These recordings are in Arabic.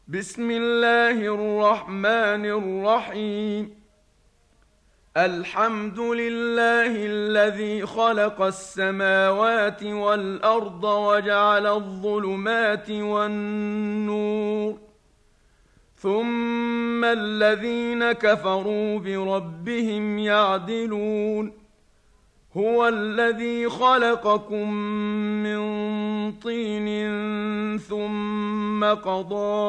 بسم الله الرحمن الرحيم. الحمد لله الذي خلق السماوات والأرض وجعل الظلمات والنور، ثم الذين كفروا بربهم يعدلون. هو الذي خلقكم من طين ثم قضى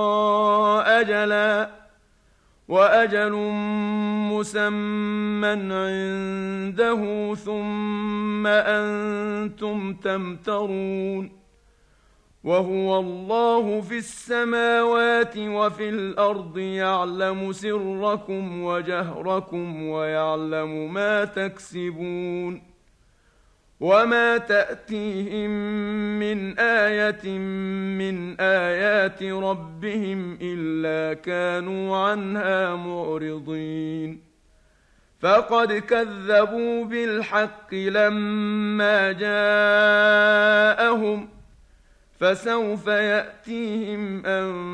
أجلا، وأجل مسمى عنده، ثم أنتم تمترون. وهو الله في السماوات وفي الأرض، يعلم سركم وجهركم ويعلم ما تكسبون. وما تأتيهم من آية من آيات ربهم إلا كانوا عنها معرضين. فقد كذبوا بالحق لما جاءهم، فسوف يأتيهم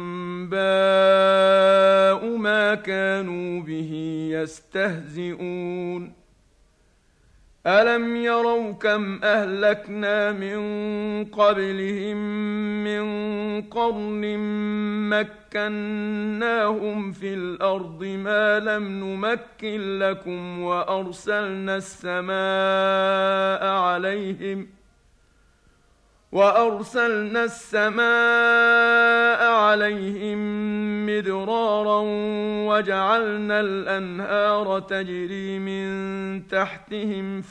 أنباء ما كانوا به يستهزئون. ألم يروا كم أهلكنا من قبلهم من قرن مكناهم في الأرض ما لم نمكن لكم، وأرسلنا السماء عليهم مدرارا، وجعلنا الأنهار تجري من تحتهم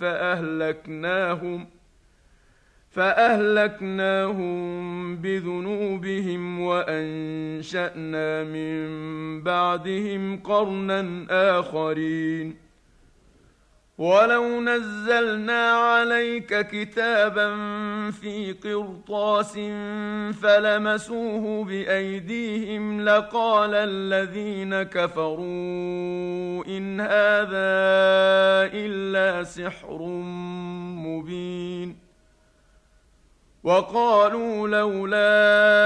فأهلكناهم بذنوبهم، وأنشأنا من بعدهم قرنا آخرين. ولو نزلنا عليك كتابا في قرطاس فلمسوه بأيديهم لقال الذين كفروا إن هذا إلا سحر مبين. وقالوا لولا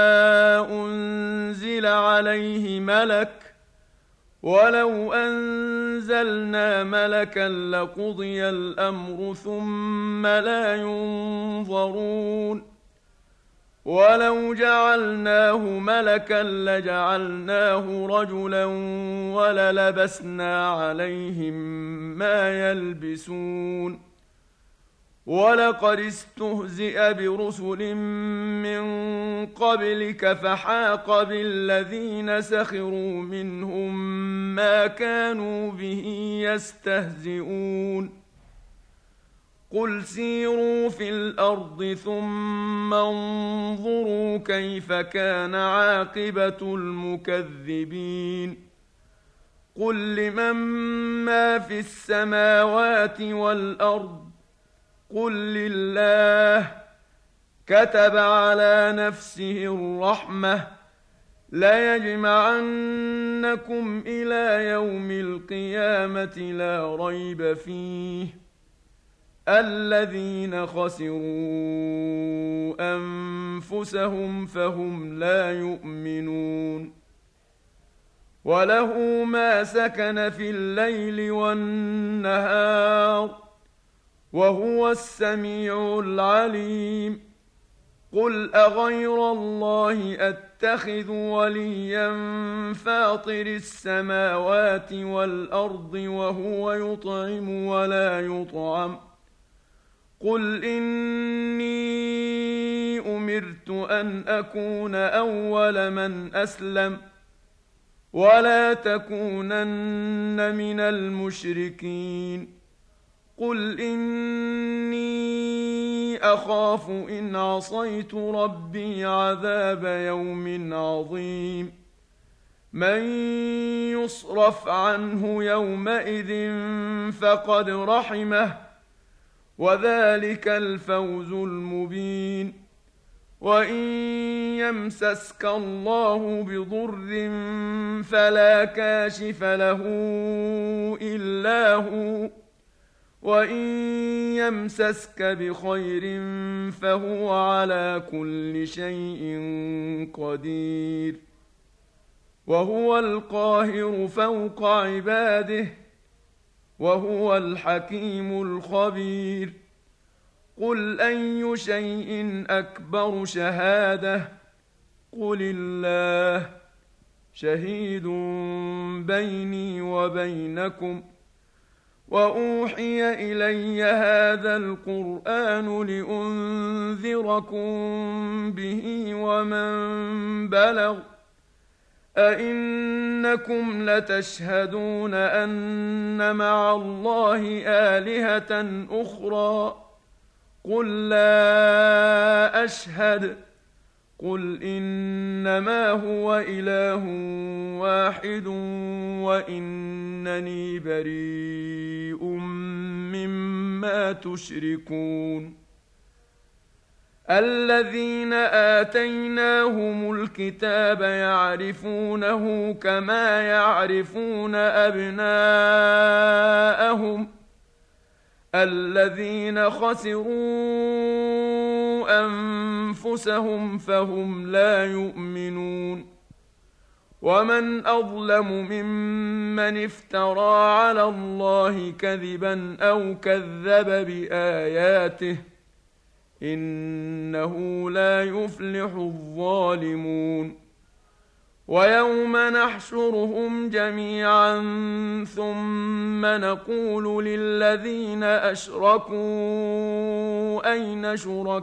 أنزل عليه ملك، ولو أنزلنا ملكا لقضي الأمر ثم لا ينظرون. ولو جعلناه ملكا لجعلناه رجلا وللبسنا عليهم ما يلبسون. ولقد استهزئ برسل من قبلك فحاق بالذين سخروا منهم ما كانوا به يستهزئون. قل سيروا في الأرض ثم انظروا كيف كان عاقبة المكذبين. قل لمن ما في السماوات والأرض، قل لله. كتب على نفسه الرحمة ليجمعنكم إلى يوم القيامة لا ريب فيه. الذين خسروا أنفسهم فهم لا يؤمنون. وله ما سكن في الليل والنهار، وهو السميع العليم. قل أغير الله أتخذ وليا فاطر السماوات والأرض وهو يطعم ولا يطعم. قل إني أمرت أن أكون أول من أسلم، ولا تكونن من المشركين. قل إني أخاف إن عصيت ربي عذاب يوم عظيم. من يصرف عنه يومئذ فقد رحمه، وذلك الفوز المبين. وإن يمسسك الله بضر فلا كاشف له إلا هو، وإن يمسسك بخير فهو على كل شيء قدير. وهو القاهر فوق عباده وهو الحكيم الخبير. قل أي شيء أكبر شهادة قل الله شهيد بيني وبينكم وأوحي إلي هذا القرآن لأنذركم به ومن بلغ أئنكم لتشهدون أن مع الله آلهة أخرى قل لا أشهد قل إنما هو إله واحد وإنني بريء مما تشركون. الذين آتيناهم الكتاب يعرفونه كما يعرفون أبناءهم الذين خسروا أنفسهم فهم لا يؤمنون. ومن أظلم ممن افترى على الله كذبا أو كذب بآياته إنه لا يفلح الظالمون. ويوم نحشرهم جميعا ثم نقول للذين أشركوا أين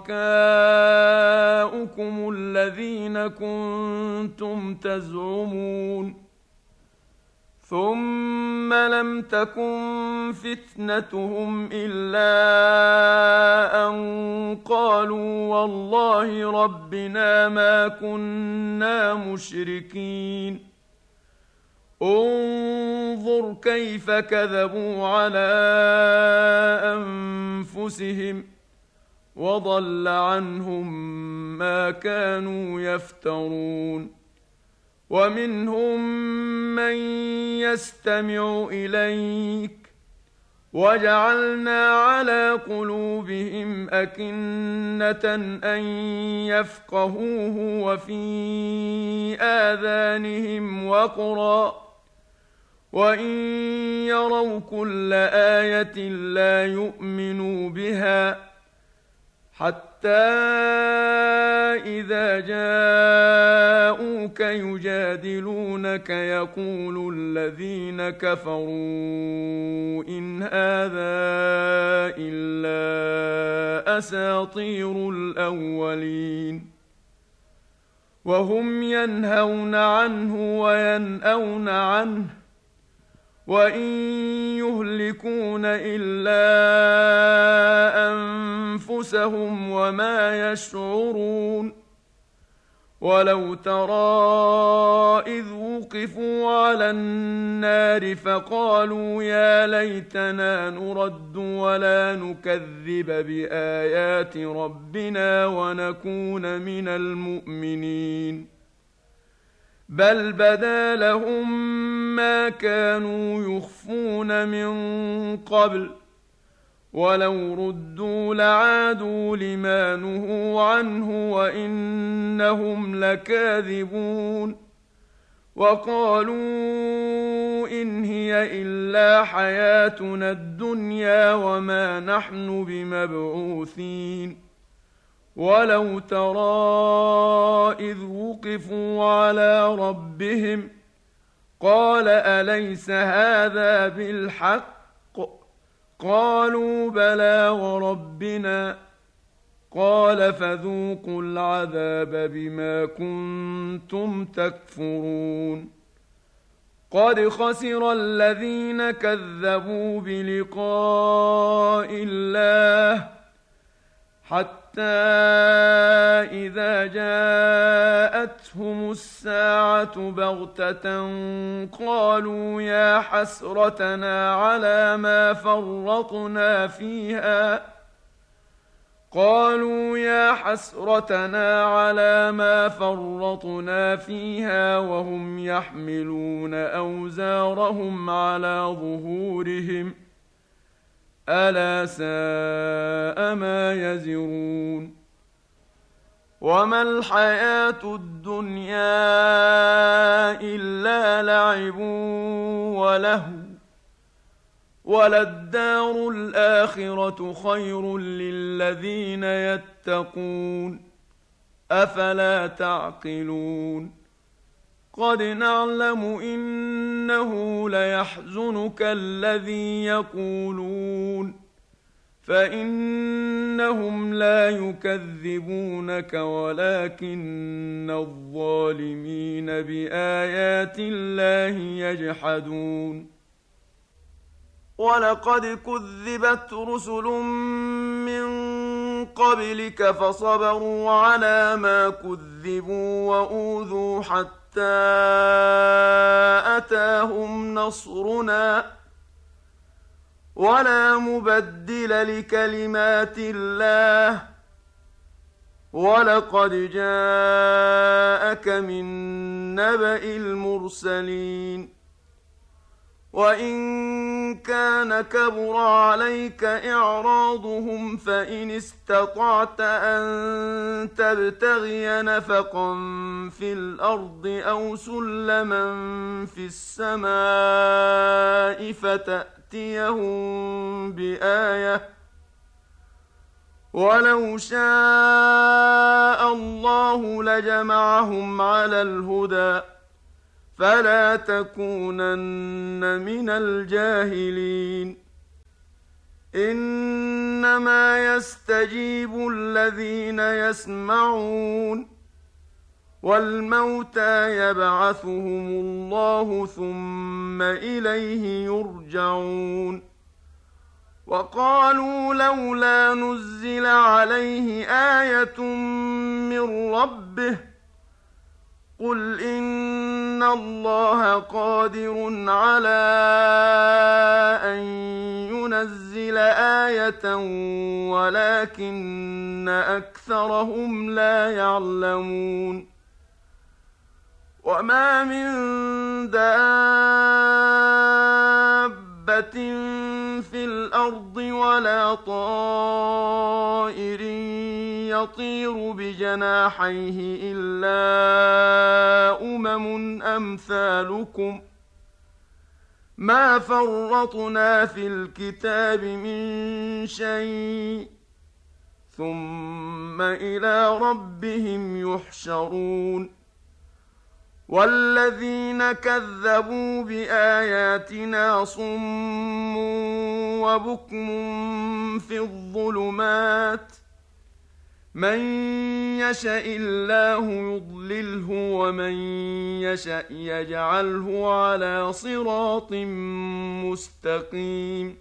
شركاؤكم الذين كنتم تزعمون ثم لم تكن فتنتهم إلا أن قالوا والله ربنا ما كنا مشركين. انظر كيف كذبوا على أنفسهم وضل عنهم ما كانوا يفترون. ومنهم من يستمع إليك وجعلنا على قلوبهم أكنة أن يفقهوه وفي آذانهم وقرا وإن يروا كل آية لا يؤمنوا بها حتى إذا جاءوك يجادلونك يقول الذين كفروا إن هذا إلا أساطير الأولين. وهم ينهون عنه وينأون عنه وإن يهلكون إلا أنفسهم وما يشعرون. ولو ترى إذ وقفوا على النار فقالوا يا ليتنا نرد ولا نكذب بآيات ربنا ونكون من المؤمنين بل بدا لهم ما كانوا يخفون من قبل ولو ردوا لعادوا لما نهوا عنه وإنهم لكاذبون. وقالوا إن هي إلا حياتنا الدنيا وما نحن بمبعوثين. ولو ترى إذ وقفوا على ربهم قال أليس هذا بالحق قالوا بلى وربنا قال فذوقوا العذاب بما كنتم تكفرون. قد خسر الذين كذبوا بلقاء الله حتى إذا جاءتهم الساعة بغتة قالوا يا حسرتنا على ما فرطنا فيها وهم يحملون أوزارهم على ظهورهم ألا ساء ما يزرون. وما الحياة الدنيا إلا ولهو، وللدار الآخرة خير للذين يتقون، أفلا تعقلون؟ قد نعلم إنه ليحزنك الذي يقولون، فإنهم لا يكذبونك ولكن الظالمين بآيات الله يجحدون. ولقد كذبت رسل من قبلك فصبروا على ما كذبوا وأوذوا حتى أتاهم نصرنا، ولا مبدل لكلمات الله، ولقد جاءك من نبأ المرسلين. وإن كان كبر عليك إعراضهم فإن استطعت أن تبتغي نفقا في الأرض أو سلما في السماء فتأتيهم بآية، ولو شاء الله لجمعهم على الهدى، فلا تكونن من الجاهلين. إنما يستجيب الذين يسمعون، والموتى يبعثهم الله ثم إليه يرجعون. وقالوا لولا نزل عليه آية من ربه، قل إن الله قادر على أن ينزل آية ولكن أكثرهم لا يعلمون. وما من دابة في الأرض ولا طائر يطير بجناحيه إلا أمثالكم، ما فرطنا في الكتاب من شيء، ثم إلى ربهم يحشرون. والذين كذبوا بآياتنا صم وبكم في الظلمات، من يشاء الله يضلله ومن يشاء يجعله على صراط مستقيم.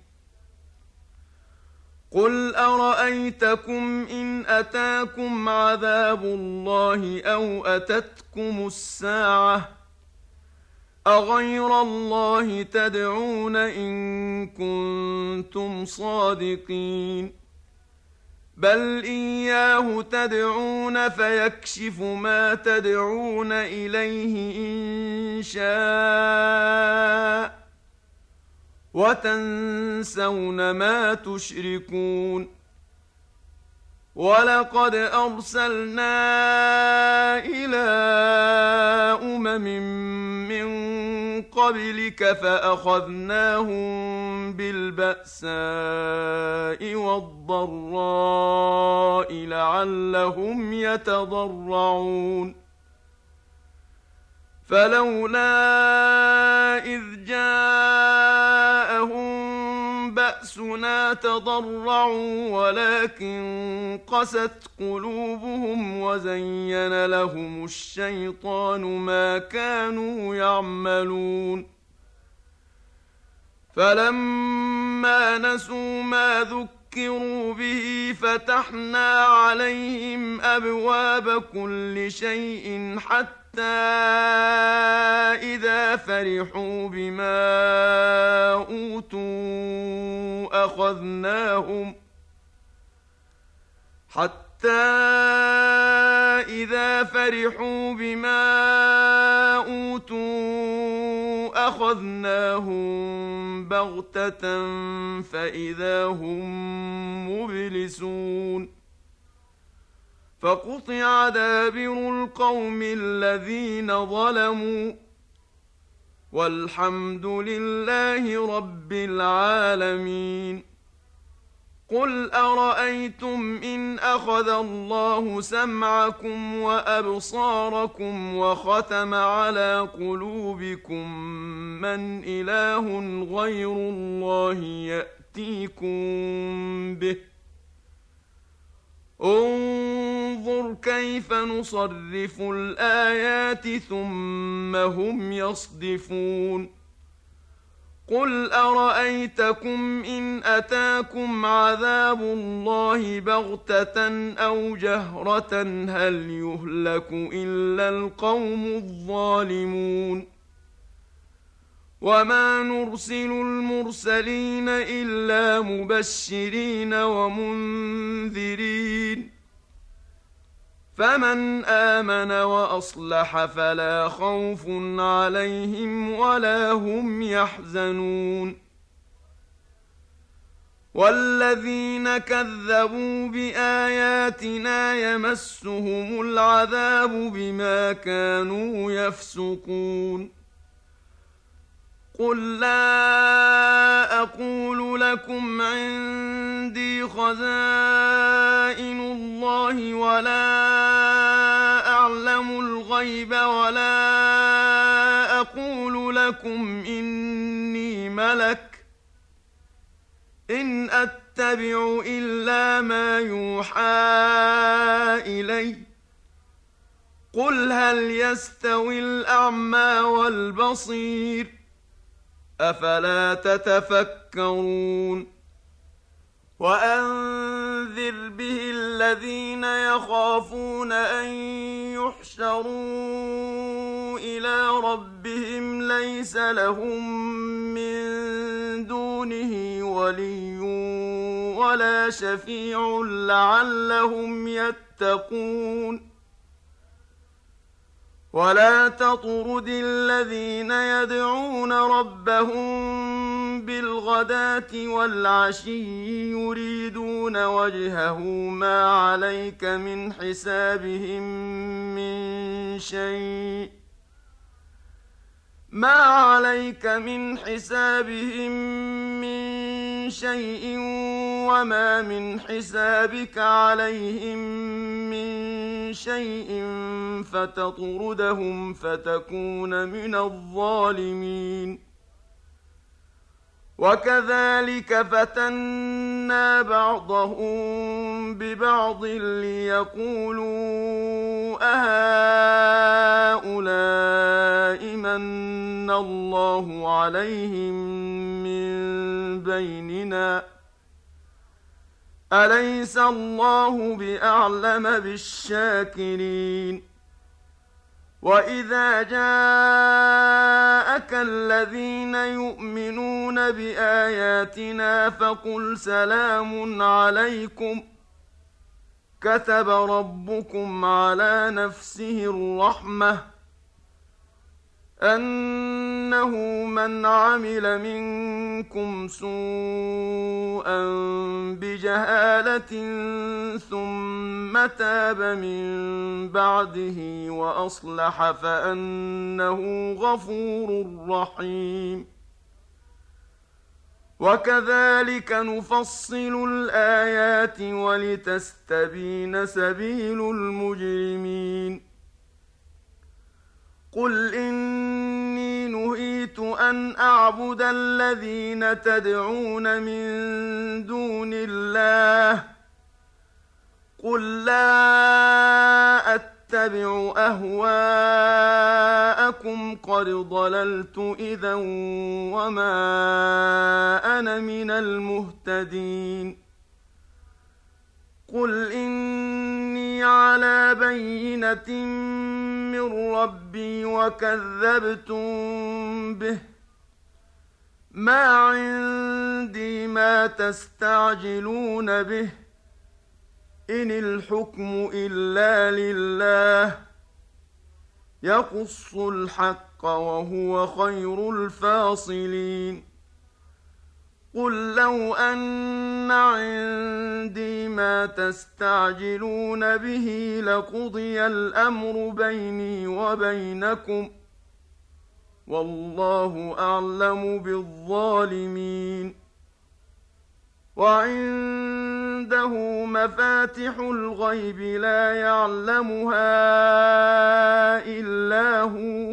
قل أرأيتكم إن أتاكم عذاب الله أو أتتكم الساعة، أغير الله تدعون إن كنتم صادقين؟ بل إياه تدعون فيكشف ما تدعون إليه إن شاء، وتنسون ما تشركون. ولقد أرسلنا إلى من قبلك فأخذناهم بالبأساء والضراء لعلهم يتضرعون. فلولا إذ جاءهم بأسنا تضرعوا ولكن قست قلوبهم وزين لهم الشيطان ما كانوا يعملون. فلما نسوا ما ذكروا به فتحنا عليهم أبواب كل شيء حتى إذا فرحوا بما أوتوا أخذناهم بغتة فإذا هم مبلسون. فقطع دابر القوم الذين ظلموا والحمد لله رب العالمين. قل أرأيتم إن أخذ الله سمعكم وأبصاركم وختم على قلوبكم من إله غير الله يأتيكم به؟ انظر كيف نصرف الآيات ثم هم يصدفون. قل أرأيتكم إن أتاكم عذاب الله بغتة أو جهرة هل يهلك إلا القوم الظالمون؟ وما نرسل المرسلين إلا مبشرين ومنذرين، فمن آمن وأصلح فلا خوف عليهم ولا هم يحزنون. والذين كذبوا بآياتنا يمسهم العذاب بما كانوا يفسقون. قل لا أقول لكم عندي خزائن الله ولا أعلم الغيب ولا أقول لكم إني ملك، إن أتبع إلا ما يوحى إلي. قل هل يستوي الأعمى والبصير؟ أفلا تتفكرون. وأنذر به الذين يخافون أن يحشروا إلى ربهم ليس لهم من دونه ولي ولا شفيع لعلهم يتقون. ولا تطرد الذين يدعون ربهم بالغداة والعشي يريدون وجهه ما عليك من حسابهم من شيء وما من حسابك عليهم من شيء فتطردهم فتكون من الظالمين. وكذلك فتنا بعضهم ببعض ليقولوا أهؤلاء من الله عليهم من بيننا أليس الله بأعلم بالشاكرين. وإذا جاءك الذين يؤمنون بآياتنا فقل سلام عليكم كتب ربكم على نفسه الرحمة أنه من عمل منكم سوءا بجهالة ثم تاب من بعده وأصلح فأنه غفور رحيم. وكذلك نفصل الآيات ولتستبين سبيل المجرمين. قل إني نهيت أن أعبد الذين تدعون من دون الله قل لا أتبع أهواءكم قد ضللت إذا وما أنا من المهتدين. قل إني على بينة من ربي وكذبتم به ما عندي ما تستعجلون به إن الحكم إلا لله يقص الحق وهو خير الفاصلين. قل لو أن عندي ما تستعجلون به لقضي الأمر بيني وبينكم والله أعلم بالظالمين. وعنده مفاتح الغيب لا يعلمها إلا هو،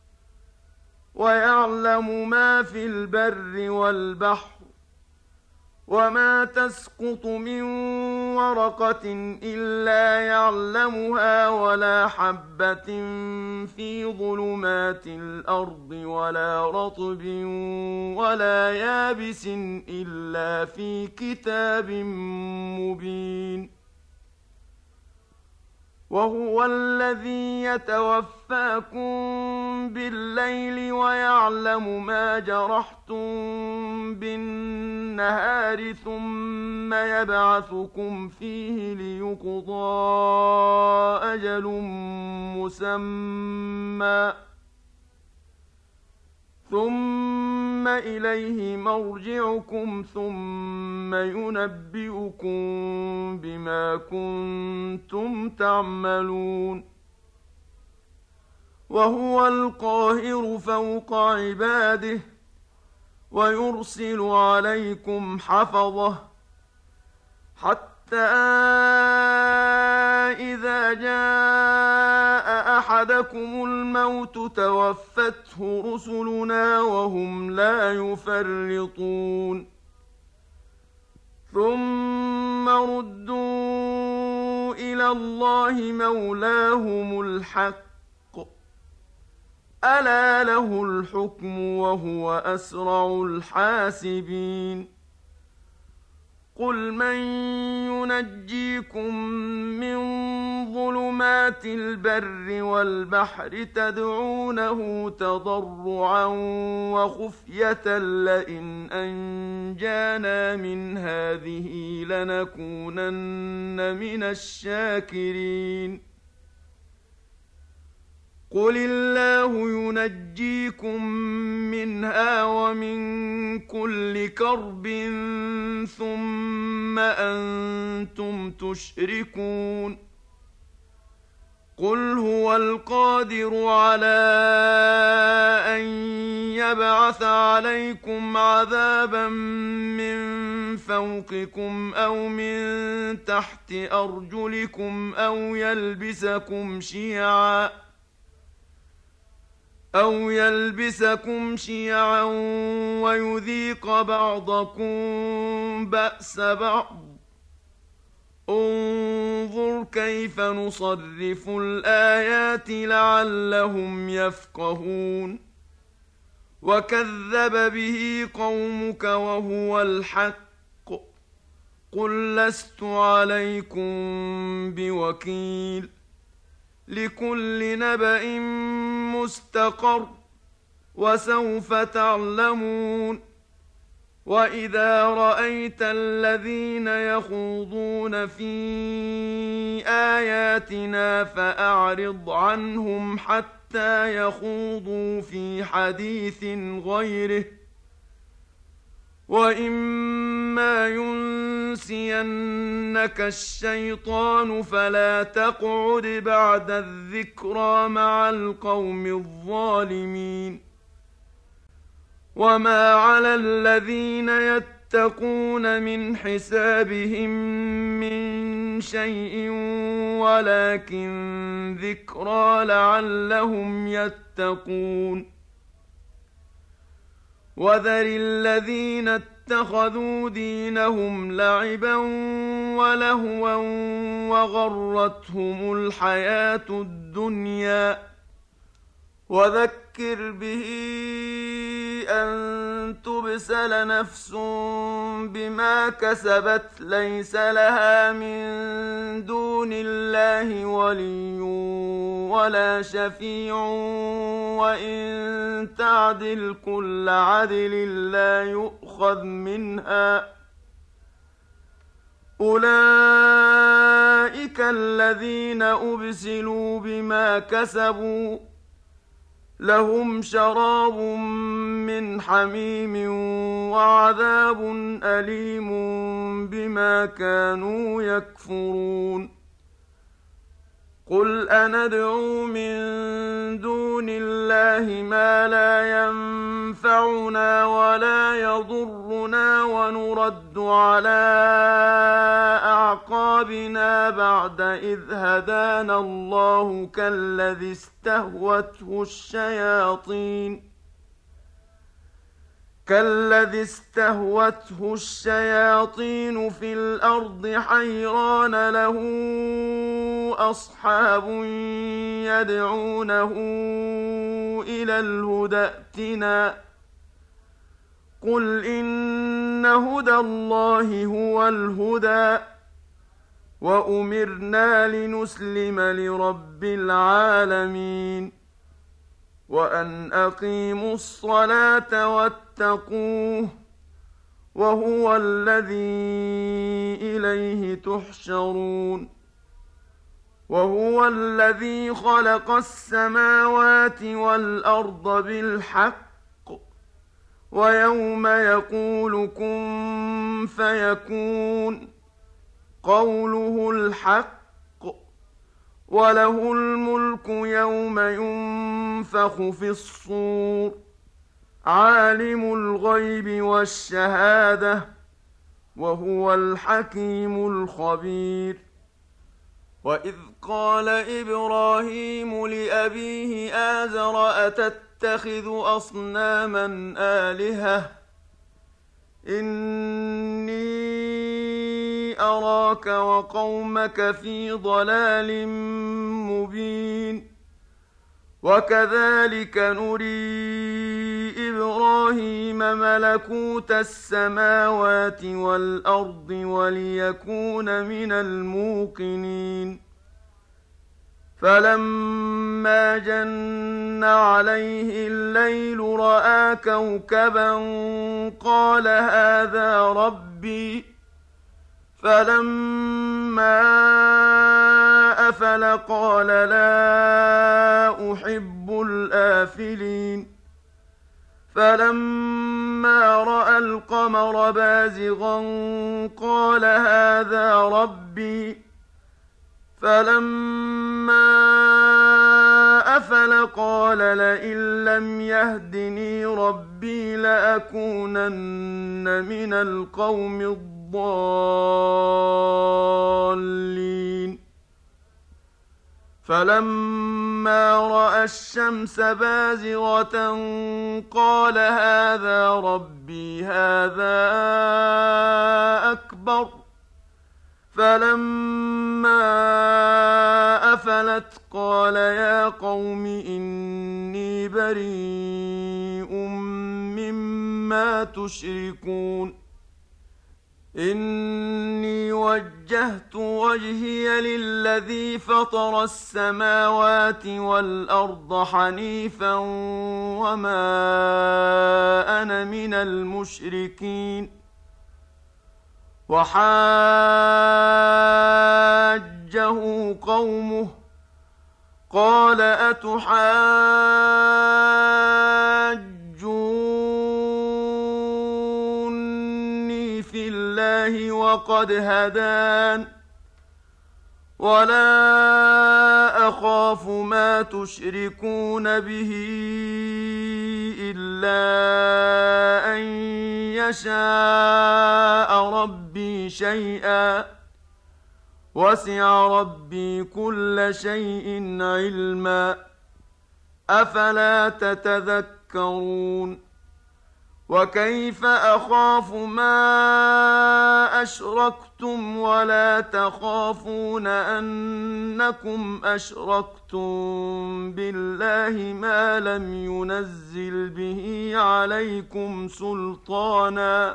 ويعلم ما في البر والبحر، وما تسقط من ورقة إلا يعلمها، ولا حبة في ظلمات الأرض، ولا رطب ولا يابس إلا في كتاب مبين. وهو الذي يتوفاكم بالليل ويعلم ما جرحتم بالنهار، ثم يبعثكم فيه ليقضى أجل مسمى، ثم إليه مرجعكم ثم ينبئكم بما كنتم تعملون. وهو القاهر فوق عباده ويرسل عليكم حفظه، حتى إذا جاء أحدكم الموت توفته رسلنا وهم لا يفرطون، ثم ردوا إلى الله مولاهم الحق، ألا له الحكم وهو أسرع الحاسبين. قل من ينجيكم من ظلمات البر والبحر تدعونه تضرعا وخفية لئن أنجانا من هذه لنكونن من الشاكرين. قل الله ينجيكم منها ومن كل كرب ثم أنتم تشركون. قل هو القادر على أن يبعث عليكم عذابا من فوقكم أو من تحت أرجلكم أو يلبسكم شيعا ويذيق بعضكم بأس بعض. انظر كيف نصرف الآيات لعلهم يفقهون. وكذب به قومك وهو الحق، قل لست عليكم بوكيل. لكل نبأ مستقر وسوف تعلمون. وإذا رأيت الذين يخوضون في آياتنا فأعرض عنهم حتى يخوضوا في حديث غيره، وإما ينسينك الشيطان فلا تقعد بعد الذكرى مع القوم الظالمين. وما على الذين يتقون من حسابهم من شيء ولكن ذكرى لعلهم يتقون. وذر الذين اتخذوا دينهم لعبا ولهوا وغرتهم الحياة الدنيا، وذكر به أن تبسل نفس بما كسبت ليس لها من دون الله ولي ولا شفيع، وإن تعدل كل عدل لا يؤخذ منها. أولئك الذين أبسلوا بما كسبوا، لهم شراب من حميم وعذاب أليم بما كانوا يكفرون. قل أندعو من دون الله ما لا ينفعنا ولا يضرنا ونرد على أعقابنا بعد إذ هدانا الله كالذي استهوته الشياطين في الأرض حيران له أصحاب يدعونه إلى الهدى ائتنا قل إن هدى الله هو الهدى وأمرنا لنسلم لرب العالمين وأن أقيموا الصلاة واتقوه وهو الذي إليه تحشرون وهو الذي خلق السماوات والأرض بالحق ويوم يقول كن فيكون قوله الحق وله الملك يوم ينفخ في الصور عالم الغيب والشهادة وهو الحكيم الخبير وإذ قال إبراهيم لأبيه آزر أتتخذ أصناما آلهة إني أراك وقومك في ضلال مبين وكذلك نري إبراهيم ملكوت السماوات والأرض وليكون من الموقنين فلما جن عليه الليل رأى كوكبا قال هذا ربي فلما أفل قال لا أحب الآفلين فلما رأى القمر بازغا قال هذا ربي فلما أفل قال لئن لم يهدني ربي لأكونن من القوم الضالين فلما رأى الشمس بازغة قال هذا ربي هذا أكبر فلما أفلت قال يا قوم إني بريء مما تشركون إني وجهت وجهي للذي فطر السماوات والأرض حنيفا وما أنا من المشركين وحاجه قومه قال أتحاجوني في الله وقد هدان ولا أخاف ما تشركون به إلا أن يشاء ربي شيئا وسع ربي كل شيء علما أفلا تتذكرون وكيف أخاف ما أشركتم ولا تخافون أنكم أشركتم بالله ما لم ينزل به عليكم سلطانا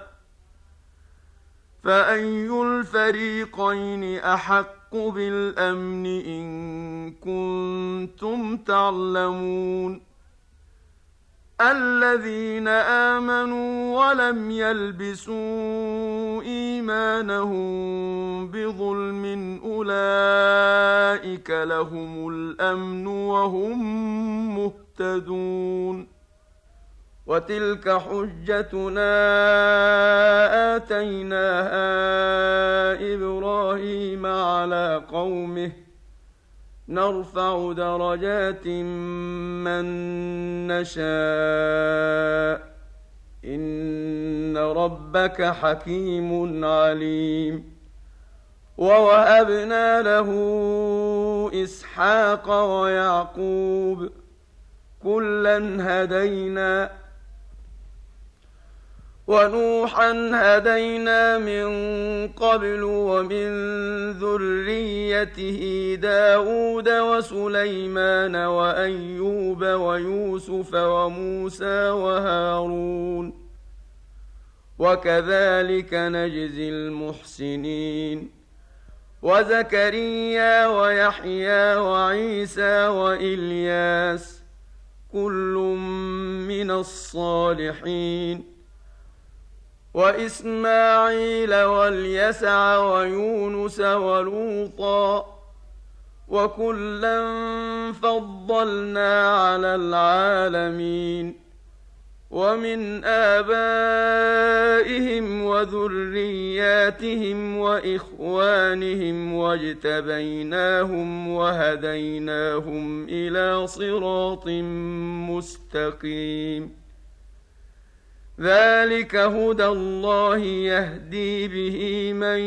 فأي الفريقين أحق بالأمن إن كنتم تعلمون الذين آمنوا ولم يلبسوا إيمانهم بظلم أولئك لهم الأمن وهم مهتدون وتلك حجتنا آتيناها إبراهيم على قومه نرفع درجات من نشاء إن ربك حكيم عليم. ووهبنا له إسحاق ويعقوب كلا هدينا ونوحا هدينا من قبل ومن ذريته داود وسليمان وأيوب ويوسف وموسى وهارون وكذلك نجزي المحسنين وزكريا ويحيى وعيسى وإلياس كل من الصالحين وإسماعيل واليسع ويونس ولوطا وكلا فضلنا على العالمين ومن آبائهم وذرياتهم وإخوانهم واجتبيناهم وهديناهم إلى صراط مستقيم ذلك هدى الله يهدي به من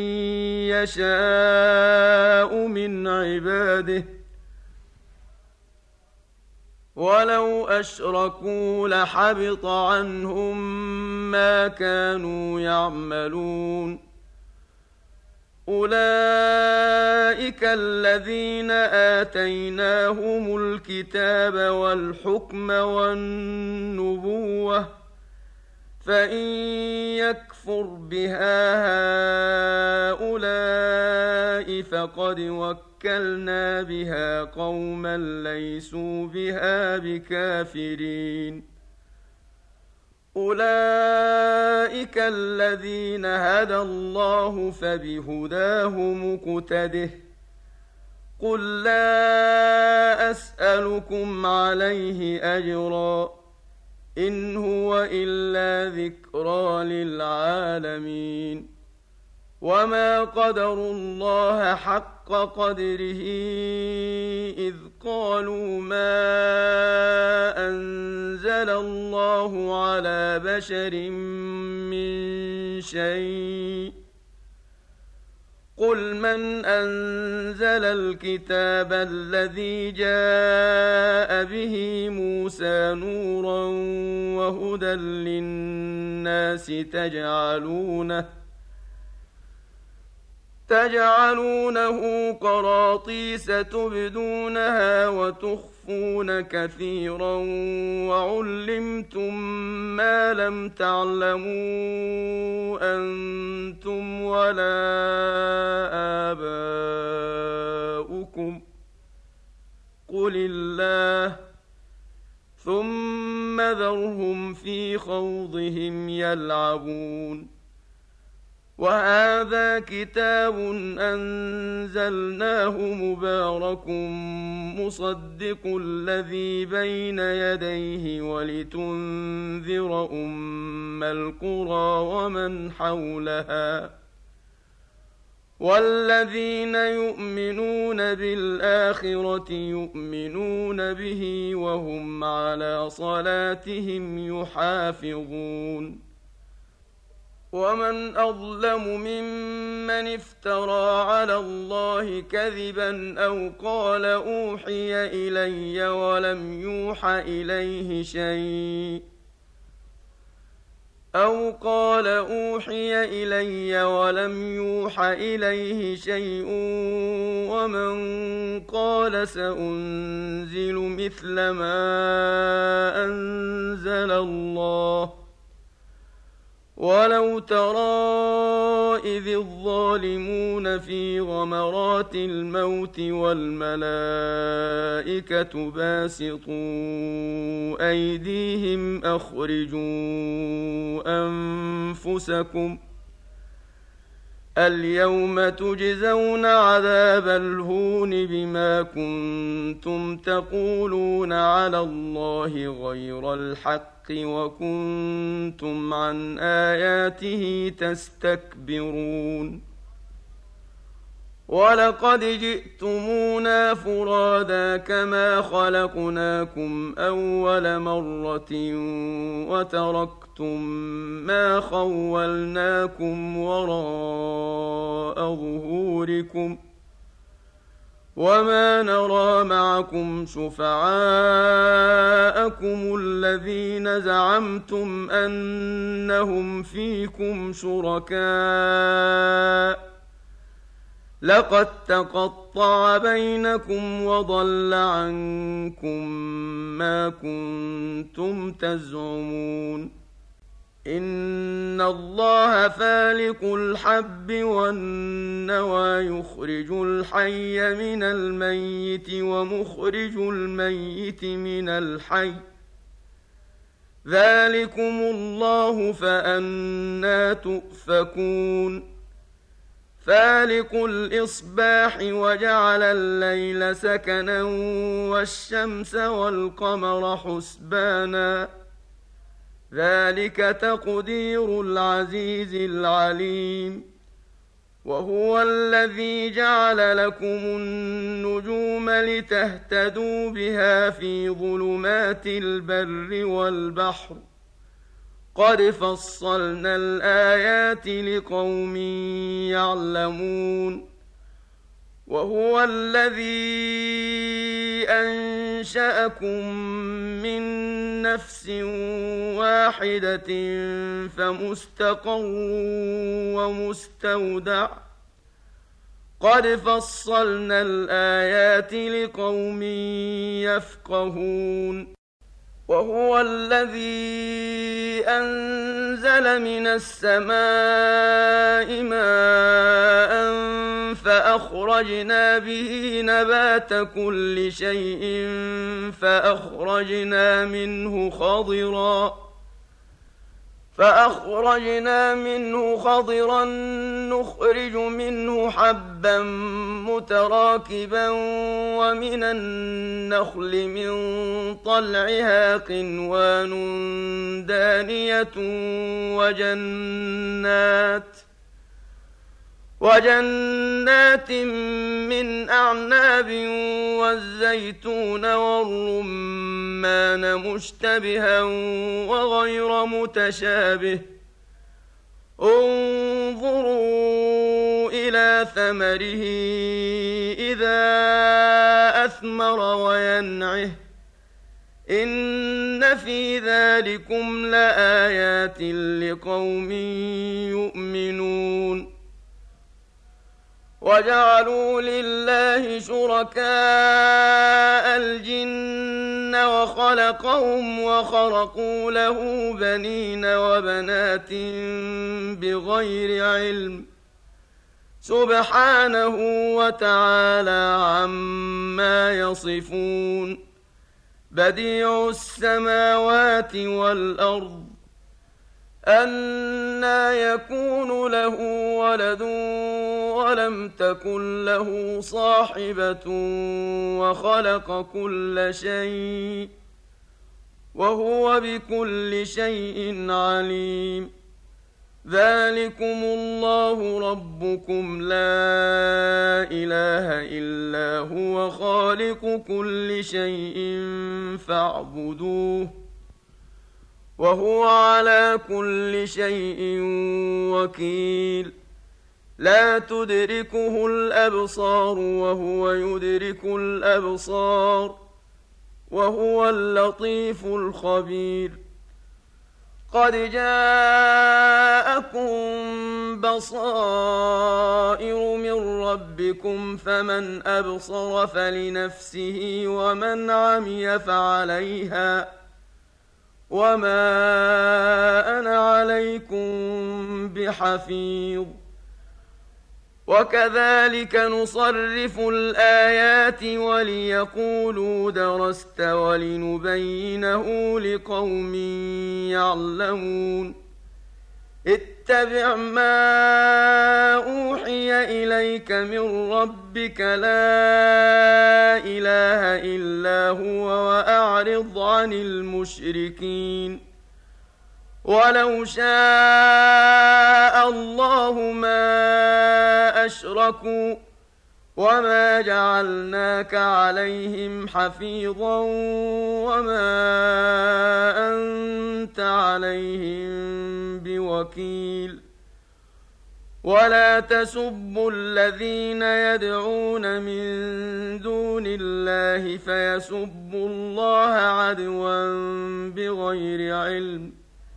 يشاء من عباده ولو أشركوا لحبط عنهم ما كانوا يعملون أولئك الذين آتيناهم الكتاب والحكم والنبوة فإن يكفر بها هؤلاء فقد وكلنا بها قوما ليسوا بها بكافرين أولئك الذين هدى الله فبهداه مقتده قل لا أسألكم عليه أجرا إن هو إلا ذكرى للعالمين وما قدروا الله حق قدره إذ قالوا ما أنزل الله على بشر من شيء قل من أنزل الكتاب الذي جاء به موسى نورا وهدى للناس تجعلونه قراطيس تبدونها وتخفون كثيرا وعلمتم ما لم تعلموا أنتم ولا آباؤكم قل الله ثم ذرهم في خوضهم يلعبون وهذا كتاب أنزلناه مبارك مصدق الذي بين يديه ولتنذر أم القرى ومن حولها والذين يؤمنون بالآخرة يؤمنون به وهم على صلاتهم يحافظون ومن أظلم ممن افترى على الله كذبا أو قال أوحي إلي ولم يوحى إليه شيء ومن قال سأنزل مثل ما أنزل الله ولو ترى إذ الظالمون في غمرات الموت والملائكة باسطوا أيديهم أخرجوا أنفسكم اليوم تجزون عذاب الهون بما كنتم تقولون على الله غير الحق وكنتم عن آياته تستكبرون ولقد جئتمونا فرادا كما خلقناكم أول مرة وتركتم ما خولناكم وراء ظهوركم وما نرى معكم شفعاءكم الذين زعمتم أنهم فيكم شركاء لقد تقطع بينكم وضل عنكم ما كنتم تزعمون إن الله فالق الحب والنوى يخرج الحي من الميت ومخرج الميت من الحي ذلكم الله فأنى تؤفكون فالق الإصباح وجعل الليل سكنا والشمس والقمر حسبانا ذلك تقدير العزيز العليم وهو الذي جعل لكم النجوم لتهتدوا بها في ظلمات البر والبحر قد فصلنا الآيات لقوم يعلمون وهو الذي أنشأكم من نفس واحدة فمستقر ومستودع قد فصلنا الآيات لقوم يفقهون وهو الذي أنزل من السماء ماء فأخرجنا به نبات كل شيء فأخرجنا منه خضرا نخرج منه حبا متراكبا ومن النخل من طلعها قنوان دانية وجنات من أعناب والزيتون والرمان مشتبها وغير متشابه انظروا إلى ثمره إذا أثمر وينعه إن في ذلكم لآيات لقوم يؤمنون وجعلوا لله شركاء الجن وخلقهم وخرقوا له بنين وبنات بغير علم سبحانه وتعالى عما يصفون بديع السماوات والأرض أنى يكون له ولد ولم تكن له صاحبة وخلق كل شيء وهو بكل شيء عليم ذلكم الله ربكم لا إله إلا هو خالق كل شيء فاعبدوه وهو على كل شيء وكيل لا تدركه الأبصار وهو يدرك الأبصار وهو اللطيف الخبير قد جاءكم بصائر من ربكم فمن أبصر فلنفسه ومن عمي فعليها وما أنا عليكم بحفيظ وكذلك نصرف الآيات وليقولوا درست ولنبينه لقوم يعلمون اتبع ما أوحي إليك من ربك لا إله إلا هو وأعرض عن المشركين ولو شاء الله ما أشركوا وما جعلناك عليهم حفيظا وما أنت عليهم بوكيل ولا تسبوا الذين يدعون من دون الله فيسبوا الله عدوا بغير علم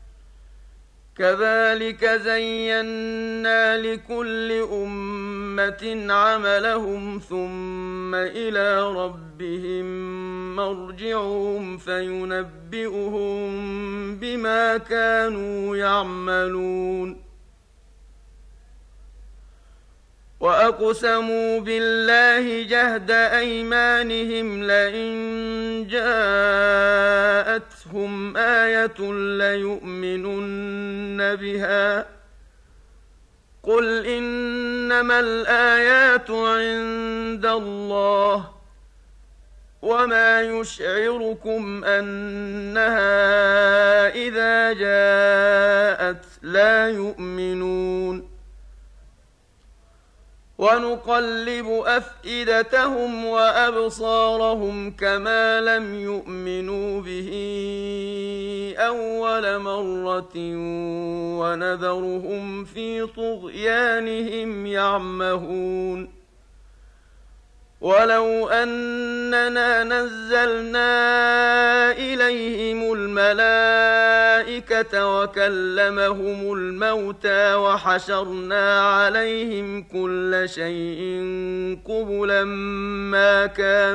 كذلك زينا لكل أمة عملهم ثم إلى ربهم مرجعهم فينبئهم بما كانوا يعملون وأقسموا بالله جهد أيمانهم لئن جاءتهم آية ليؤمنن بها قل إنما الآيات عند الله وما يشعركم أنها إذا جاءت لا يؤمنون ونقلب أفئدتهم وأبصارهم كما لم يؤمنوا به أول مرة ونذرهم في طغيانهم يعمهون ولو أننا نزلنا إليهم الملائكة وكلمهم الموتى وحشرنا عليهم كل شيء قبلا ما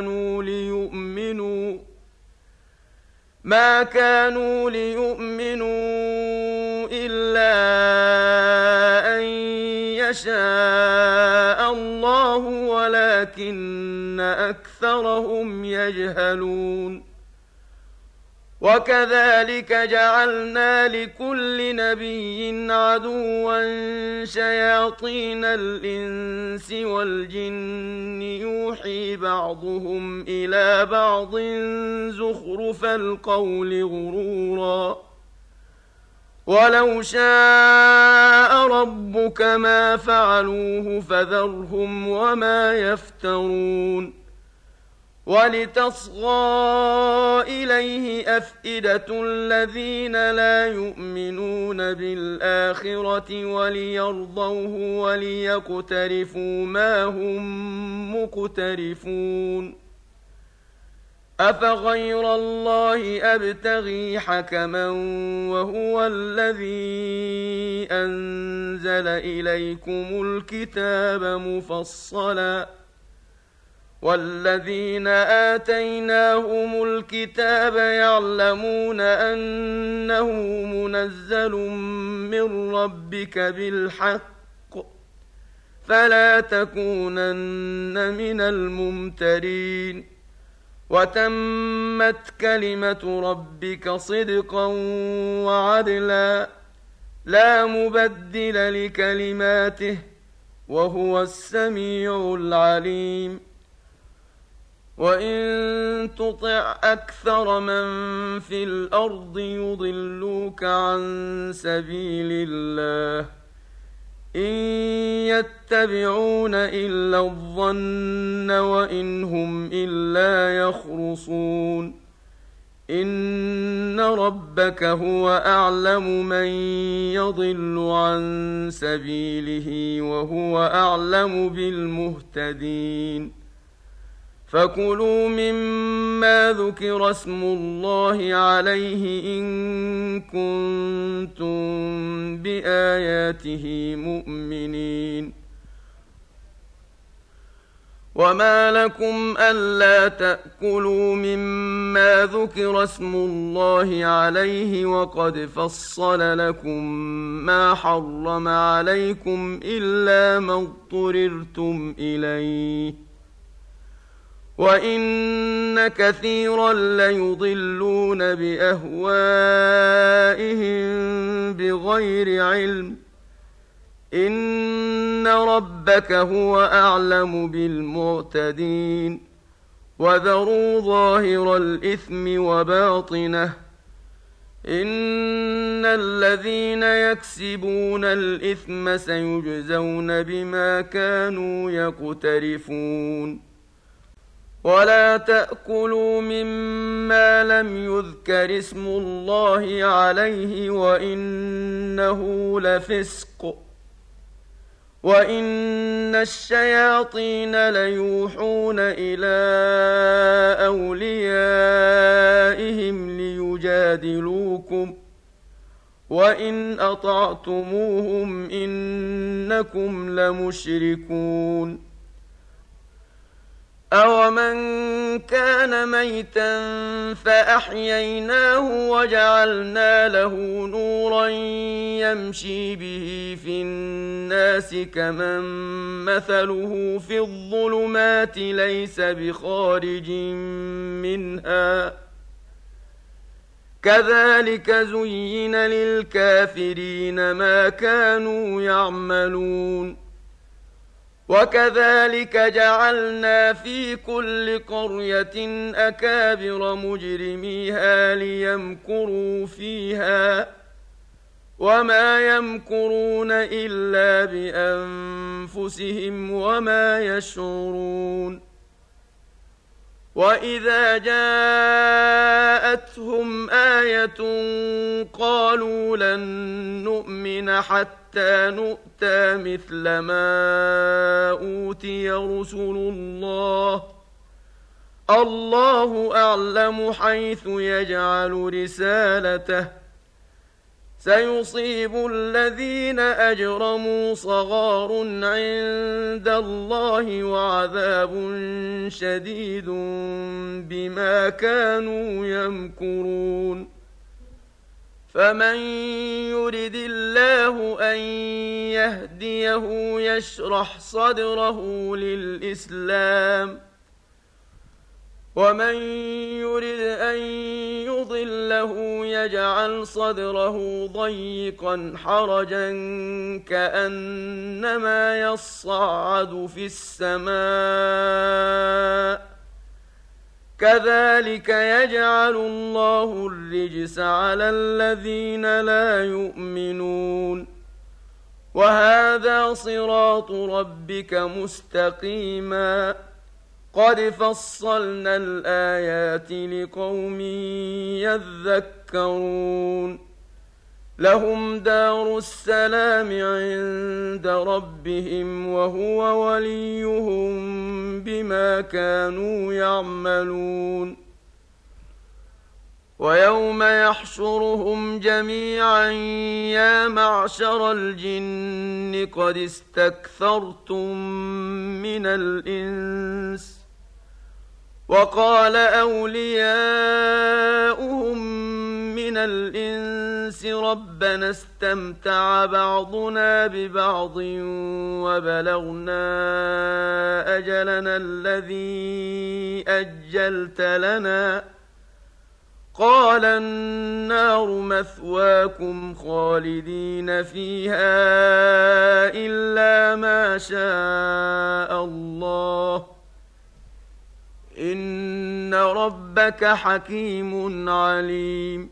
كانوا ليؤمنوا إلا أن يشاء الله ولكن أكثرهم يجهلون وكذلك جعلنا لكل نبي عدوا شياطين الإنس والجن يوحي بعضهم إلى بعض زخرف القول غرورا ولو شاء ربك ما فعلوه فذرهم وما يفترون ولتصغى إليه أفئدة الذين لا يؤمنون بالآخرة وليرضوه وليقترفوا ما هم مقترفون أفغير الله أبتغي حكما وهو الذي أنزل إليكم الكتاب مفصلا والذين آتيناهم الكتاب يعلمون أنه منزل من ربك بالحق فلا تكونن من الممترين وتمت كلمة ربك صدقا وعدلا لا مبدل لكلماته وهو السميع العليم وإن تطع أكثر من في الأرض يضلوك عن سبيل الله إن يتبعون إلا الظن وإن هم إلا يخرصون إن ربك هو أعلم من يضل عن سبيله وهو أعلم بالمهتدين فكلوا مما ذكر اسم الله عليه إن كنتم بآياته مؤمنين وما لكم ألا تأكلوا مما ذكر اسم الله عليه وقد فصل لكم ما حرم عليكم إلا ما اضطررتم إليه وإن كثيرا ليضلون بأهوائهم بغير علم إن ربك هو أعلم بالمعتدين وذروا ظاهر الإثم وباطنه إن الذين يكسبون الإثم سيجزون بما كانوا يقترفون ولا تأكلوا مما لم يذكر اسم الله عليه وإنه لفسق وإن الشياطين ليوحون إلى أوليائهم ليجادلوكم وإن أطعتموهم إنكم لمشركون أَوَمَنْ كَانَ مَيْتًا فَأَحْيَيْنَاهُ وَجَعَلْنَا لَهُ نُورًا يَمْشِي بِهِ فِي النَّاسِ كَمَنْ مَثَلُهُ فِي الظُّلُمَاتِ لَيْسَ بِخَارِجٍ مِنْهَا كَذَلِكَ زُيِّنَ لِلْكَافِرِينَ مَا كَانُوا يَعْمَلُونَ وكذلك جعلنا في كل قرية أكابر مجرميها ليمكروا فيها وما يمكرون إلا بأنفسهم وما يشعرون وإذا جاءتهم آية قالوا لن نؤمن حتى نؤتى مثل ما أوتي رسل الله أعلم حيث يجعل رسالته سيصيب الذين أجرموا صغار عند الله وعذاب شديد بما كانوا يمكرون فمن يرد الله أن يهديه يشرح صدره للإسلام ومن يرد أن يضله يجعل صدره ضيقا حرجا كأنما يصعد في السماء كذلك يجعل الله الرجس على الذين لا يؤمنون وهذا صراط ربك مستقيما قد فصلنا الآيات لقوم يذكرون لهم دار السلام عند ربهم وهو وليهم بما كانوا يعملون ويوم يحشرهم جميعا يا معشر الجن قد استكثرتم من الإنس وقال أولياؤهم من الإنس ربنا استمتع بعضنا ببعض وبلغنا أجلنا الذي أجلت لنا قال النار مثواكم خالدين فيها إلا ما شاء الله إن ربك حكيم عليم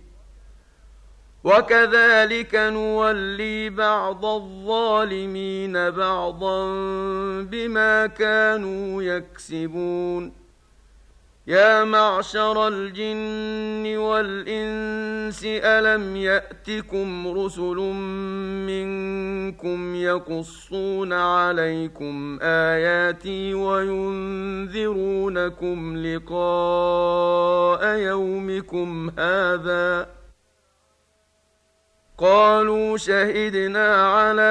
وكذلك نولي بعض الظالمين بعضا بما كانوا يكسبون يا معشر الجن والإنس ألم يأتكم رسل منكم يقصون عليكم آياتي وينذرونكم لقاء يومكم هذا قالوا شهدنا على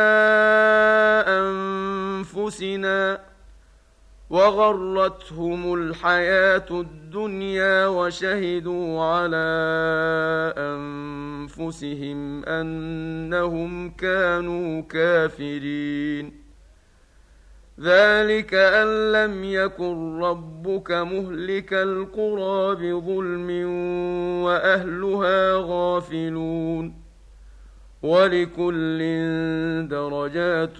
أنفسنا وغرتهم الحياة الدنيا وشهدوا على أنفسهم أنهم كانوا كافرين ذلك أن لم يكن ربك مهلك القرى بظلم وأهلها غافلون ولكل درجات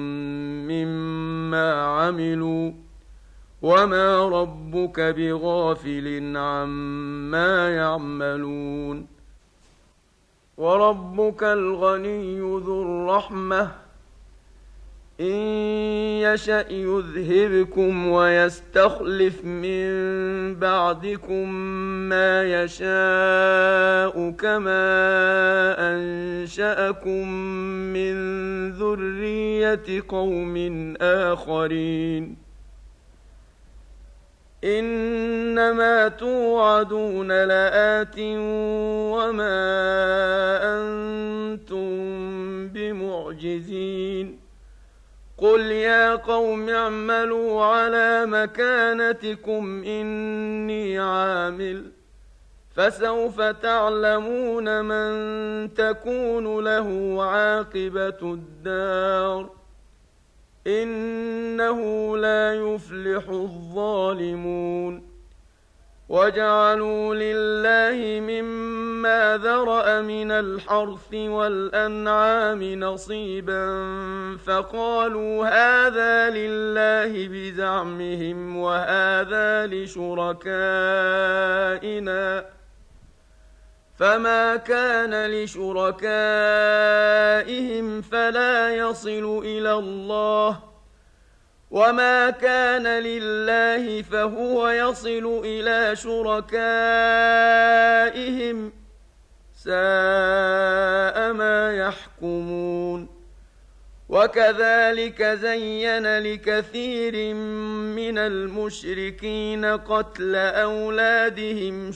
مما عملوا وما ربك بغافل عما يعملون وربك الغني ذو الرحمة إن يشأ يذهبكم ويستخلف من بعدكم ما يشاء كما أنشأكم من ذرية قوم آخرين إنما توعدون لآت وما أنتم بمعجزين قل يا قوم اعملوا على مكانتكم إني عامل فسوف تعلمون من تكون له عاقبة الدار إنه لا يفلح الظالمون وجعلوا لله مما ذرأ من الحرث والأنعام نصيبا فقالوا هذا لله بزعمهم وهذا لشركائنا فما كان لشركائهم فلا يصل إلى الله وما كان لله فهو يصل إلى شركائهم ساء ما يحكمون وكذلك زين لكثير من المشركين قتل أولادهم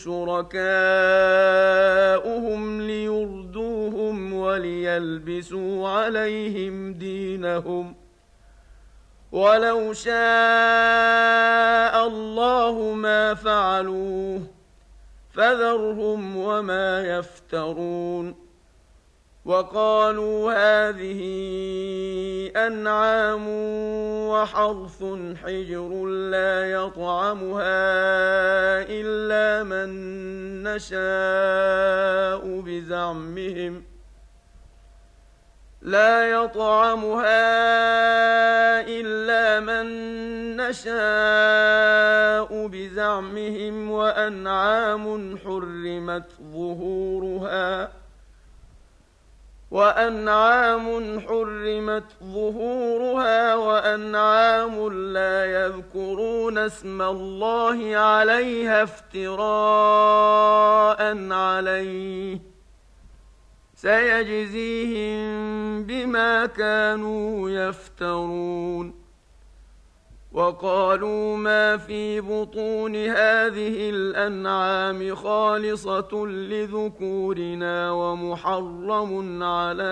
شركاؤهم ليردوهم وليلبسوا عليهم دينهم ولو شاء الله ما فعلوه فذرهم وما يفترون وقالوا هذه أنعام وحرث حجر لا يطعمها إلا من نشاء بزعمهم وأنعام حرمت ظهورها وأنعام لا يذكرون اسم الله عليها افتراء عليه سيجزيهم بما كانوا يفترون وقالوا ما في بطون هذه الأنعام خالصة لذكورنا ومحرم على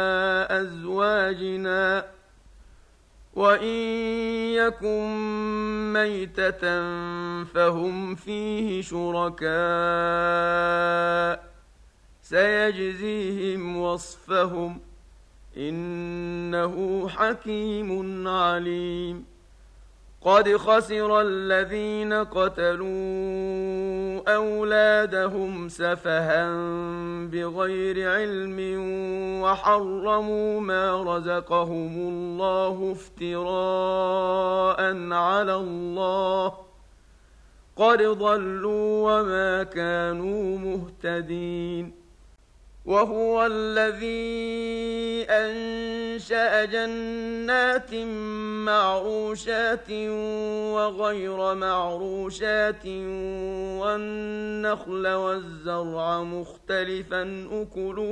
أزواجنا وإن يكن ميتة فهم فيه شركاء سيجزيهم وصفهم إنه حكيم عليم قد خسر الذين قتلوا أولادهم سفها بغير علم وحرموا ما رزقهم الله افتراء على الله قد ضلوا وما كانوا مهتدين وهو الذي أنشأ جنات معروشات وغير معروشات والنخل والزرع مختلفا أكله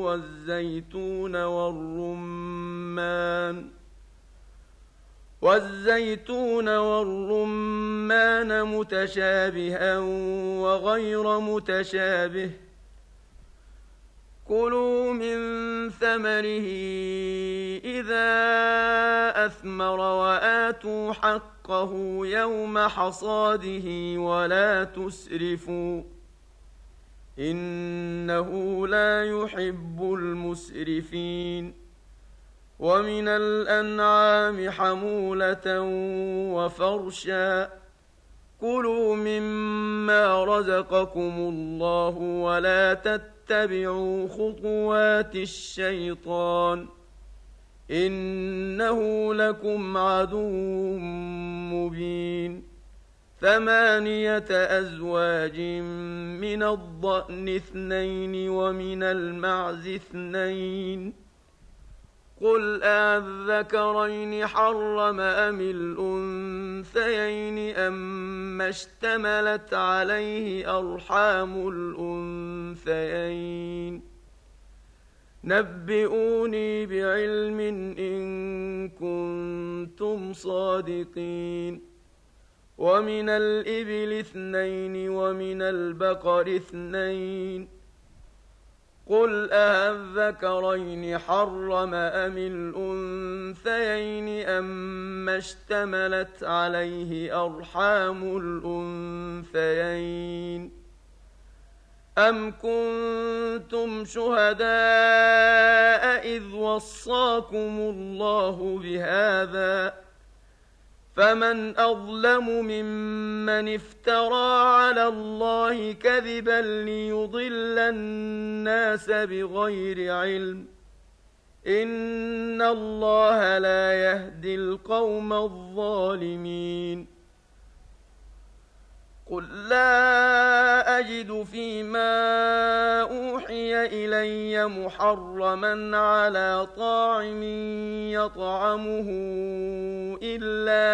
والزيتون والرمان متشابها وغير متشابه كلوا من ثمره إذا أثمر وآتوا حقه يوم حصاده ولا تسرفوا إنه لا يحب المسرفين ومن الأنعام حمولة وفرشا كلوا مما رزقكم الله ولا تتبعوا خطوات الشيطان إنه لكم عدو مبين ثمانية أزواج من الضأن اثنين ومن المعز اثنين قل أذكرين حرم أم الأنثيين أما اشتملت عليه أرحام الأنثيين نبئوني بعلم إن كنتم صادقين ومن الإبل اثنين ومن البقر اثنين قل أذكرين حرم أم الأنثيين أما اشتملت عليه أرحام الأنثيين أم كنتم شهداء إذ وصاكم الله بهذا فمن أظلم ممن افترى على الله كذبا ليضل الناس بغير علم إن الله لا يهدي القوم الظالمين قل لا أجد فيما أوحي إلي محرما على طاعم يطعمه إلا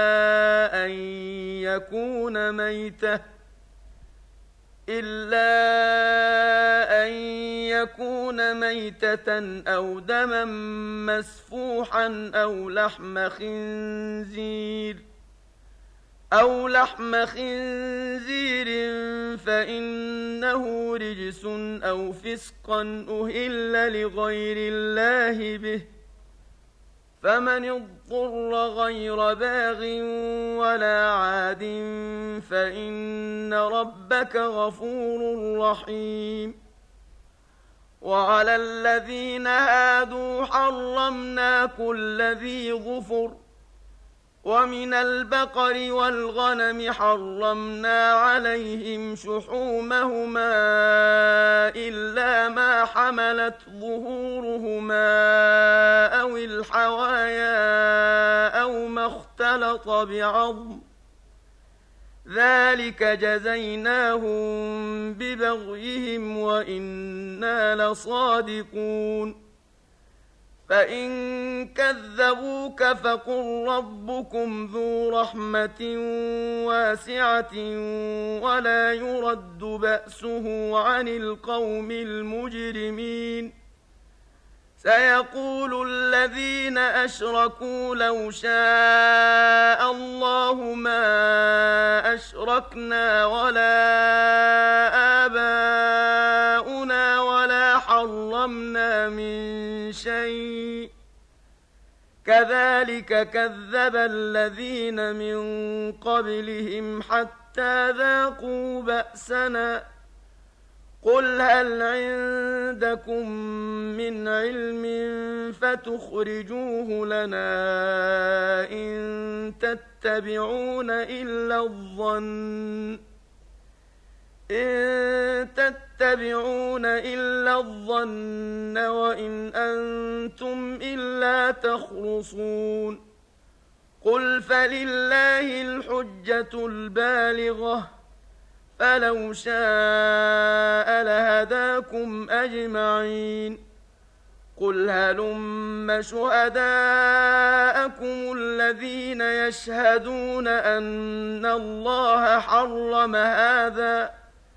أن يكون ميتة أو دما مسفوحا أو لحم خنزير فإنه رجس أو فسقا أهل لغير الله به فمن اضطر غير باغ ولا عاد فإن ربك غفور رحيم وعلى الذين هادوا حرمنا كل ذي ظفر ومن البقر والغنم حرمنا عليهم شحومهما إلا ما حملت ظهورهما أو الحوايا أو ما اختلط بعظم ذلك جزيناهم ببغيهم وإنا لصادقون فإن كذبوك فقل ربكم ذو رحمة واسعة ولا يرد بأسه عن القوم المجرمين سيقول الذين أشركوا لو شاء الله ما أشركنا ولا آباؤنا ولا حرمنا من شيء كذلك كذب الذين من قبلهم حتى ذاقوا بأسنا قل هل عندكم من علم فتخرجوه لنا إن تتبعون إلا الظن وإن أنتم إلا تخرصون قل فلله الحجة البالغة فلو شاء لهداكم أجمعين قل هلم شهداءكم الذين يشهدون أن الله حرم هذا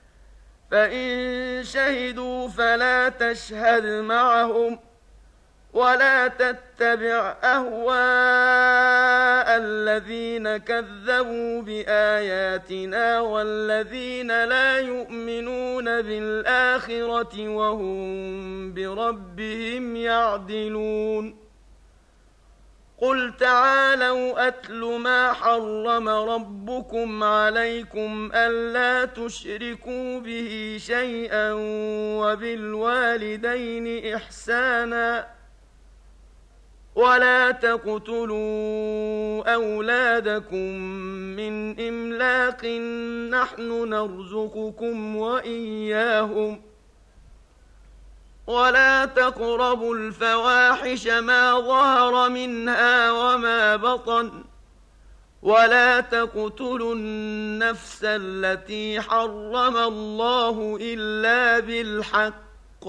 فإن شهدوا فلا تشهد معهم ولا تتبع أهواء الذين كذبوا بآياتنا والذين لا يؤمنون بالآخرة وهم بربهم يعدلون قل تعالوا أتل ما حرم ربكم عليكم ألا تشركوا به شيئا وبالوالدين إحسانا ولا تقتلوا أولادكم من إملاق نحن نرزقكم وإياهم ولا تقربوا الفواحش ما ظهر منها وما بطن ولا تقتلوا النفس التي حرم الله إلا بالحق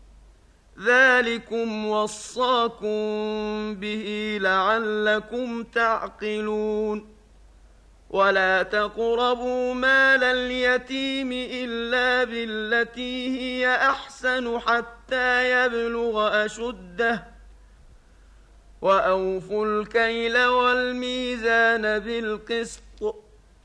ذلكم وصاكم به لعلكم تعقلون ولا تقربوا مال اليتيم إلا بالتي هي أحسن حتى يبلغ أشده وأوفوا الكيل والميزان بالقسط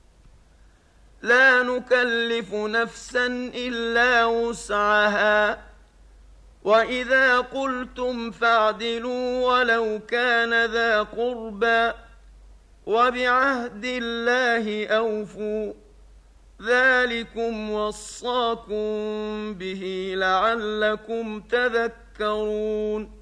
لا نكلف نفسا إلا وسعها وإذا قلتم فاعدلوا ولو كان ذا قربى وبعهد الله أوفوا ذلكم وصاكم به لعلكم تذكرون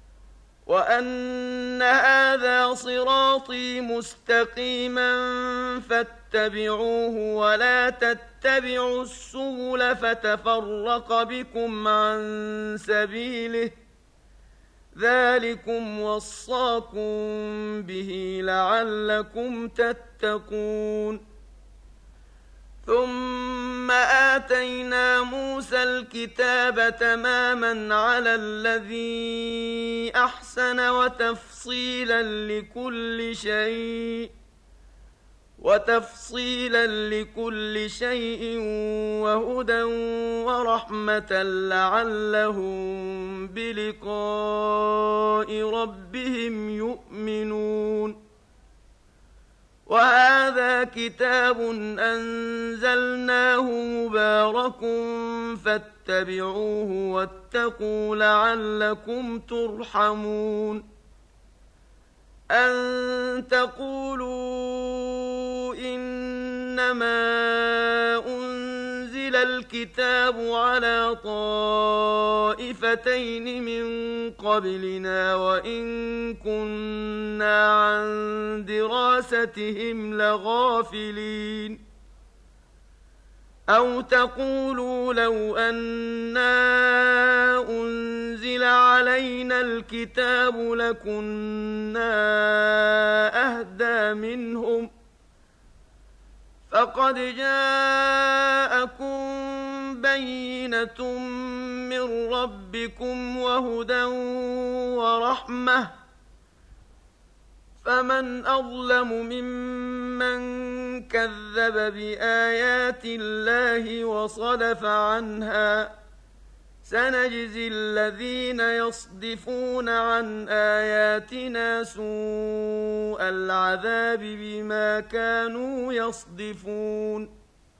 وأن هذا صراطي مستقيما فاتبعوه ولا تتبعوا السبل فتفرق بكم عن سبيله ذلكم وصاكم به لعلكم تتقون ثم آتينا موسى الكتاب تماما على الذي أحسن وتفصيلا لكل شيء وهدى ورحمة لعلهم بلقاء ربهم يؤمنون وهذا كتاب أنزلناه مبارك فاتبعوه واتقوا لعلكم ترحمون أن تقولوا إنما أنزل الكتاب على طائفتين من قبلنا وإن كنا عن دراستهم لغافلين أو تقولوا لو أنا أنزل علينا الكتاب لكنا أهدى منهم فقد جاءكم بينة من ربكم وهدى ورحمة فمن أظلم ممن كذب بآيات الله وصدف عنها سنجزي الذين يصدفون عن آياتنا سوء العذاب بما كانوا يصدفون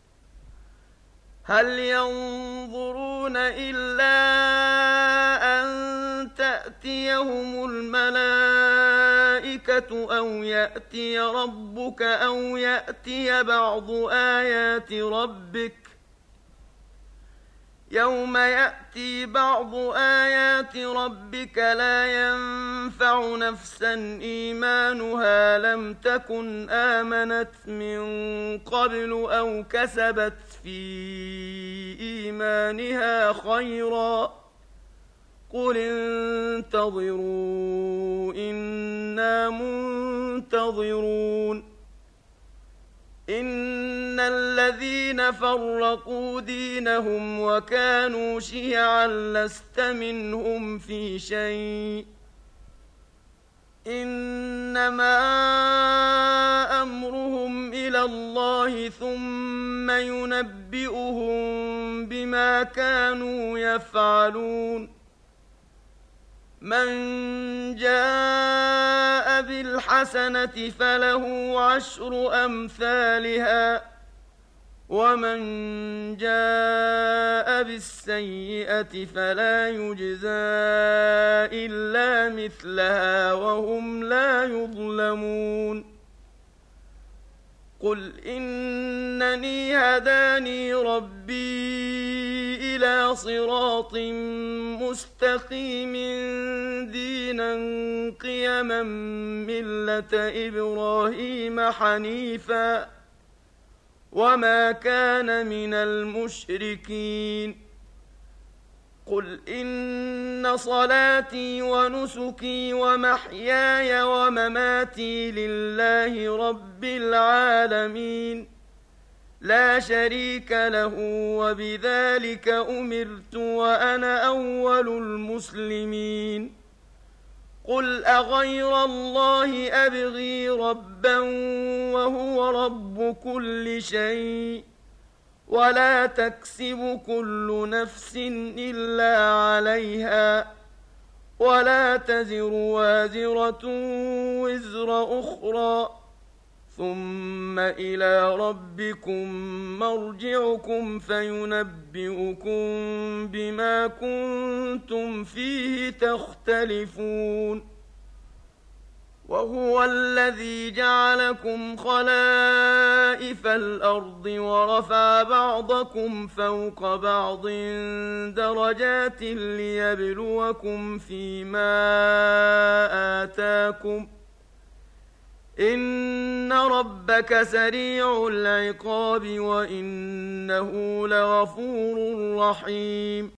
هل ينظرون إلا أن تأتيهم الملائكة أو يأتي ربك أو يأتي بعض آيات ربك يوم يأتي بعض آيات ربك لا ينفع نفسا إيمانها لم تكن آمنت من قبل أو كسبت في إيمانها خيرا قل انتظروا إنا منتظرون إن الذين فرقوا دينهم وكانوا شيعا لست منهم في شيء إنما أمرهم إلى الله ثم ينبئهم بما كانوا يفعلون من جاء بالحسنة فله عشر أمثالها ومن جاء بالسيئة فلا يجزى إلا مثلها وهم لا يظلمون قل إنني هداني ربي إلى صراط مستقيم دينا قيما ملة إبراهيم حنيفا وما كان من المشركين قل إن صلاتي ونسكي ومحياي ومماتي لله رب العالمين لا شريك له وبذلك أمرت وأنا أول المسلمين قل أغير الله أبغي ربا وهو رب كل شيء ولا تكسب كل نفس إلا عليها ولا تزر وازرة وزر أخرى ثم إلى ربكم مرجعكم فينبئكم بما كنتم فيه تختلفون وهو الذي جعلكم خلائف الأرض ورفع بعضكم فوق بعض درجات ليبلوكم فيما آتاكم إن ربك سريع العقاب وإنه لغفور رحيم